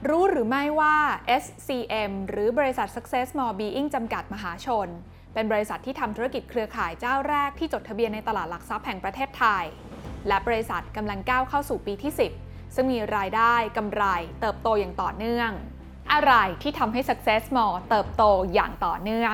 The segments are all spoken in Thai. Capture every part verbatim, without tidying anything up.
รู้หรือไม่ว่า เอส ซี เอ็ม หรือบริษัท Success More Being จำกัดมหาชนเป็นบริษัทที่ทำธุรกิจเครือข่ายเจ้าแรกที่จดทะเบียนในตลาดหลักทรัพย์แห่งประเทศไทยและบริษัทกำลังก้าวเข้าสู่ปีที่ สิบ ซึ่งมีรายได้กำไรเติบโตอย่างต่อเนื่องอะไรที่ทำให้ Success More เติบโตอย่างต่อเนื่อง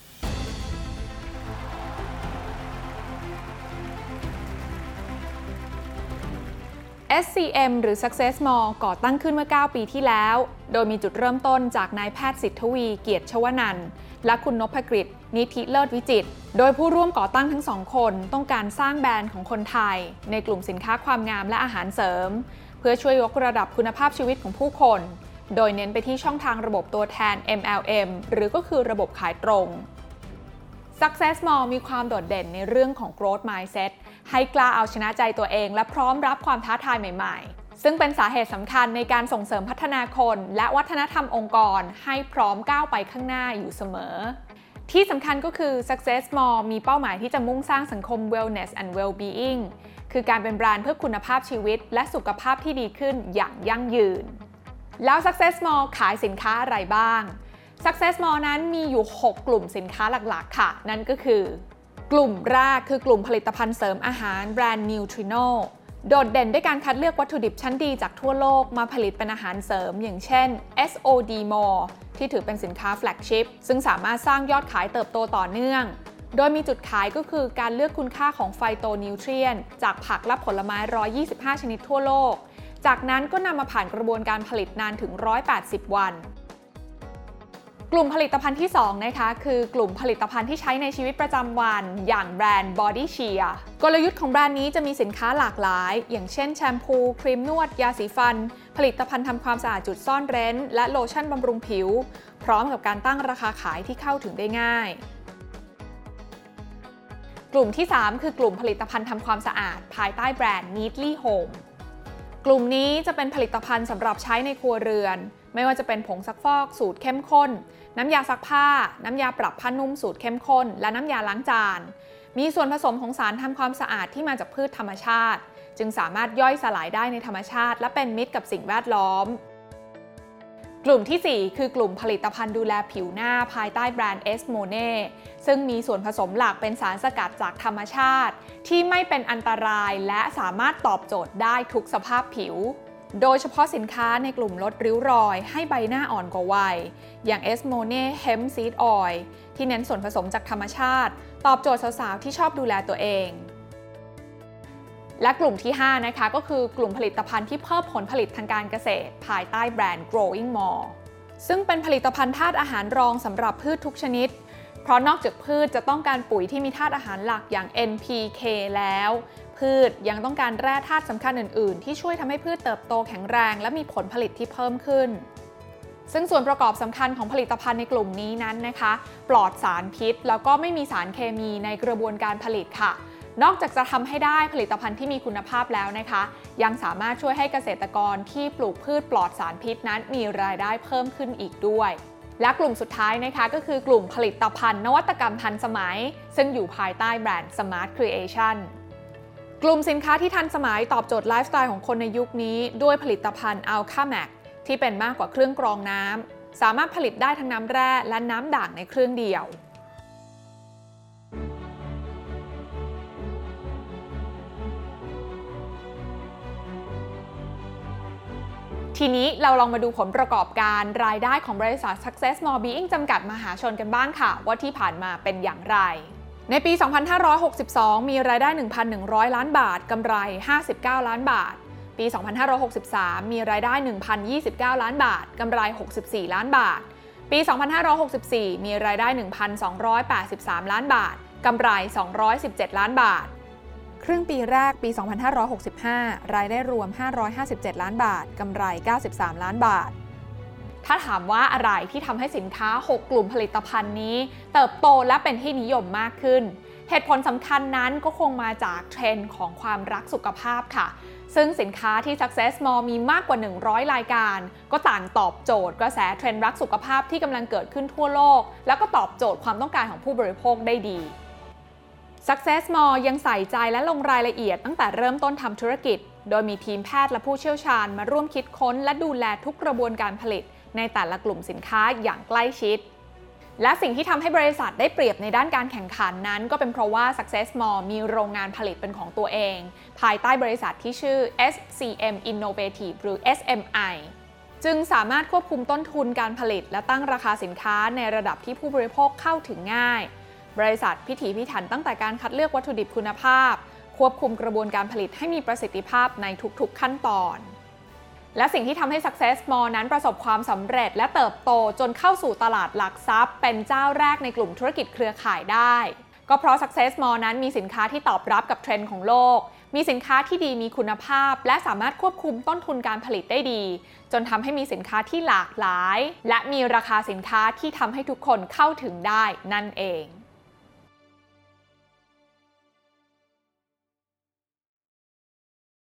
เอส ซี เอ็ม หรือ Success More ก่อตั้งขึ้นเมื่อ เก้า ปีที่แล้วโดยมีจุดเริ่มต้นจากนายแพทย์สิทธวี เกียรติชวนันท์และคุณนพกฤษ นิธิเลิศวิจิตรโดยผู้ร่วมก่อตั้งทั้งสองคนต้องการสร้างแบรนด์ของคนไทยในกลุ่มสินค้าความงามและอาหารเสริมเพื่อช่วยยกระดับคุณภาพชีวิตของผู้คนโดยเน้นไปที่ช่องทางระบบตัวแทน เอ็ม แอล เอ็ม หรือก็คือระบบขายตรง Success More มีความโดดเด่นในเรื่องของ growth mindset ให้กล้าเอาชนะใจตัวเองและพร้อมรับความท้าทายใหม่ๆซึ่งเป็นสาเหตุสำคัญในการส่งเสริมพัฒนาคนและวัฒนธรรมองค์กรให้พร้อมก้าวไปข้างหน้าอยู่เสมอที่สำคัญก็คือ Success More มีเป้าหมายที่จะมุ่งสร้างสังคม Wellness and Well-being คือการเป็นแบรนด์เพื่อคุณภาพชีวิตและสุขภาพที่ดีขึ้นอย่างยั่งยืนแล้ว Success More ขายสินค้าอะไรบ้าง Success More นั้นมีอยู่ หก กลุ่มสินค้าหลักๆค่ะนั่นก็คือกลุ่มแรกคือกลุ่มผลิตภัณฑ์เสริมอาหารแบรนด์ Nutrino โดดเด่นด้วยการคัดเลือกวัตถุดิบชั้นดีจากทั่วโลกมาผลิตเป็นอาหารเสริมอย่างเช่น เอส โอ ดี More ที่ถือเป็นสินค้าแฟลกชิพซึ่งสามารถสร้างยอดขายเติบโตต่อเนื่องโดยมีจุดขายก็คือการเลือกคุณค่าของไฟโตนิวเทรียนจากผักและผลไม้หนึ่งร้อยยี่สิบห้าชนิดทั่วโลกจากนั้นก็นำมาผ่านกระบวนการผลิตนานถึงหนึ่งร้อยแปดสิบวันกลุ่มผลิตภัณฑ์ที่สองนะคะคือกลุ่มผลิตภัณฑ์ที่ใช้ในชีวิตประจำวันอย่างแบรนด์ Body Cheer กลยุทธ์ของแบรนด์นี้จะมีสินค้าหลากหลายอย่างเช่นแชมพูครีมนวดยาสีฟันผลิตภัณฑ์ทำความสะอาดจุดซ่อนเร้นและโลชั่นบำรุงผิวพร้อมกับการตั้งราคาขายที่เข้าถึงได้ง่ายกลุ่มที่สามคือกลุ่มผลิตภัณฑ์ทำความสะอาดภายใต้แบรนด์ Neatly Home กลุ่มนี้จะเป็นผลิตภัณฑ์สำหรับใช้ในครัวเรือนไม่ว่าจะเป็นผงซักฟอกสูตรเข้มข้นน้ำยาซักผ้าน้ำยาปรับผ้านุ่มสูตรเข้มข้นและน้ำยาล้างจานมีส่วนผสมของสารทำความสะอาดที่มาจากพืชธรรมชาติจึงสามารถย่อยสลายได้ในธรรมชาติและเป็นมิตรกับสิ่งแวดล้อมกลุ่มที่สี่คือกลุ่มผลิตภัณฑ์ดูแลผิวหน้าภายใต้แบรนด์ Esmone ซึ่งมีส่วนผสมหลักเป็นสารสกัดจากธรรมชาติที่ไม่เป็นอันตรายและสามารถตอบโจทย์ได้ทุกสภาพผิวโดยเฉพาะสินค้าในกลุ่มลดริ้วรอยให้ใบหน้าอ่อนกว่าวัยอย่าง Esmone Hemp Seed Oil ที่เน้นส่วนผสมจากธรรมชาติตอบโจทย์สาวๆที่ชอบดูแลตัวเองและกลุ่มที่ห้านะคะก็คือกลุ่มผลิตภัณฑ์ที่เพิ่มผลผลิตทางการเกษตรภายใต้แบรนด์ Growing More ซึ่งเป็นผลิตภัณฑ์ธาตุอาหารรองสำหรับพืชทุกชนิดเพราะนอกจากพืชจะต้องการปุ๋ยที่มีธาตุอาหารหลักอย่าง เอ็น พี เค แล้วพืชยังต้องการแร่ธาตุสำคัญอื่นๆที่ช่วยทำให้พืชเติบโตแข็งแรงและมีผลผลิตที่เพิ่มขึ้นซึ่งส่วนประกอบสำคัญของผลิตภัณฑ์ในกลุ่มนี้นั้นนะคะปลอดสารพิษแล้วก็ไม่มีสารเคมีในกระบวนการผลิตค่ะนอกจากจะทำให้ได้ผลิตภัณฑ์ที่มีคุณภาพแล้วนะคะยังสามารถช่วยให้เกษตรกรที่ปลูกพืชปลอดสารพิษนั้นมีรายได้เพิ่มขึ้นอีกด้วยและกลุ่มสุดท้ายนะคะก็คือกลุ่มผลิตภัณฑ์นวัตกรรมทันสมัยซึ่งอยู่ภายใต้แบรนด์ Smart Creationกลุ่มสินค้าที่ทันสมัยตอบโจทย์ไลฟ์สไตล์ของคนในยุคนี้ด้วยผลิตภัณฑ์ Alchamax ที่เป็นมากกว่าเครื่องกรองน้ำสามารถผลิตได้ทั้งน้ำแร่และน้ำด่างในเครื่องเดียวทีนี้เราลองมาดูผลประกอบการรายได้ของบริษัท Success More Being จำกัดมหาชนกันบ้างค่ะว่าที่ผ่านมาเป็นอย่างไรในปี สองพันห้าร้อยหกสิบสอง มีรายได้ หนึ่งพันหนึ่งร้อย ล้านบาทกำไร ห้าสิบเก้า ล้านบาทปี สองพันห้าร้อยหกสิบสาม มีรายได้ หนึ่งพันยี่สิบเก้า ล้านบาทกำไร หกสิบสี่ ล้านบาทปี สองพันห้าร้อยหกสิบสี่ มีรายได้ หนึ่งพันสองร้อยแปดสิบสาม ล้านบาทกำไร สองร้อยสิบเจ็ด ล้านบาทครึ่งปีแรกปี สองพันห้าร้อยหกสิบห้า รายได้รวม ห้าร้อยห้าสิบเจ็ด ล้านบาทกำไร เก้าสิบสาม ล้านบาทถ้าถามว่าอะไรที่ทำให้สินค้า หก กลุ่มผลิตภัณฑ์นี้เติบโตและเป็นที่นิยมมากขึ้นเหตุผลสำคัญนั้นก็คงมาจากเทรนด์ของความรักสุขภาพค่ะซึ่งสินค้าที่ Success More มีมากกว่าหนึ่งร้อยรายการก็ต่างตอบโจทย์กระแสเทรนด์รักสุขภาพที่กำลังเกิดขึ้นทั่วโลกแล้วก็ตอบโจทย์ความต้องการของผู้บริโภคได้ดี Success More ยังใส่ใจและลงรายละเอียดตั้งแต่เริ่มต้นทำธุรกิจโดยมีทีมแพทย์และผู้เชี่ยวชาญมาร่วมคิดค้นและดูแลทุกกระบวนการผลิตในแต่ละกลุ่มสินค้าอย่างใกล้ชิดและสิ่งที่ทำให้บริษัทได้เปรียบในด้านการแข่งขันนั้นก็เป็นเพราะว่า Success Mall มีโรงงานผลิตเป็นของตัวเองภายใต้บริษัทที่ชื่อ เอส ซี เอ็ม Innovative หรือ เอส เอ็ม ไอ จึงสามารถควบคุมต้นทุนการผลิตและตั้งราคาสินค้าในระดับที่ผู้บริโภคเข้าถึงง่ายบริษัทพิถีพิถันตั้งแต่การคัดเลือกวัตถุดิบคุณภาพควบคุมกระบวนการผลิตให้มีประสิทธิภาพในทุกๆขั้นตอนและสิ่งที่ทำให้ Success Mall นั้นประสบความสำเร็จและเติบโตจนเข้าสู่ตลาดหลักทรัพย์เป็นเจ้าแรกในกลุ่มธุรกิจเครือข่ายได้ก็เพราะ Success Mall นั้นมีสินค้าที่ตอบรับกับเทรนด์ของโลกมีสินค้าที่ดีมีคุณภาพและสามารถควบคุมต้นทุนการผลิตได้ดีจนทำให้มีสินค้าที่หลากหลายและมีราคาสินค้าที่ทำให้ทุกคนเข้าถึงได้นั่นเอง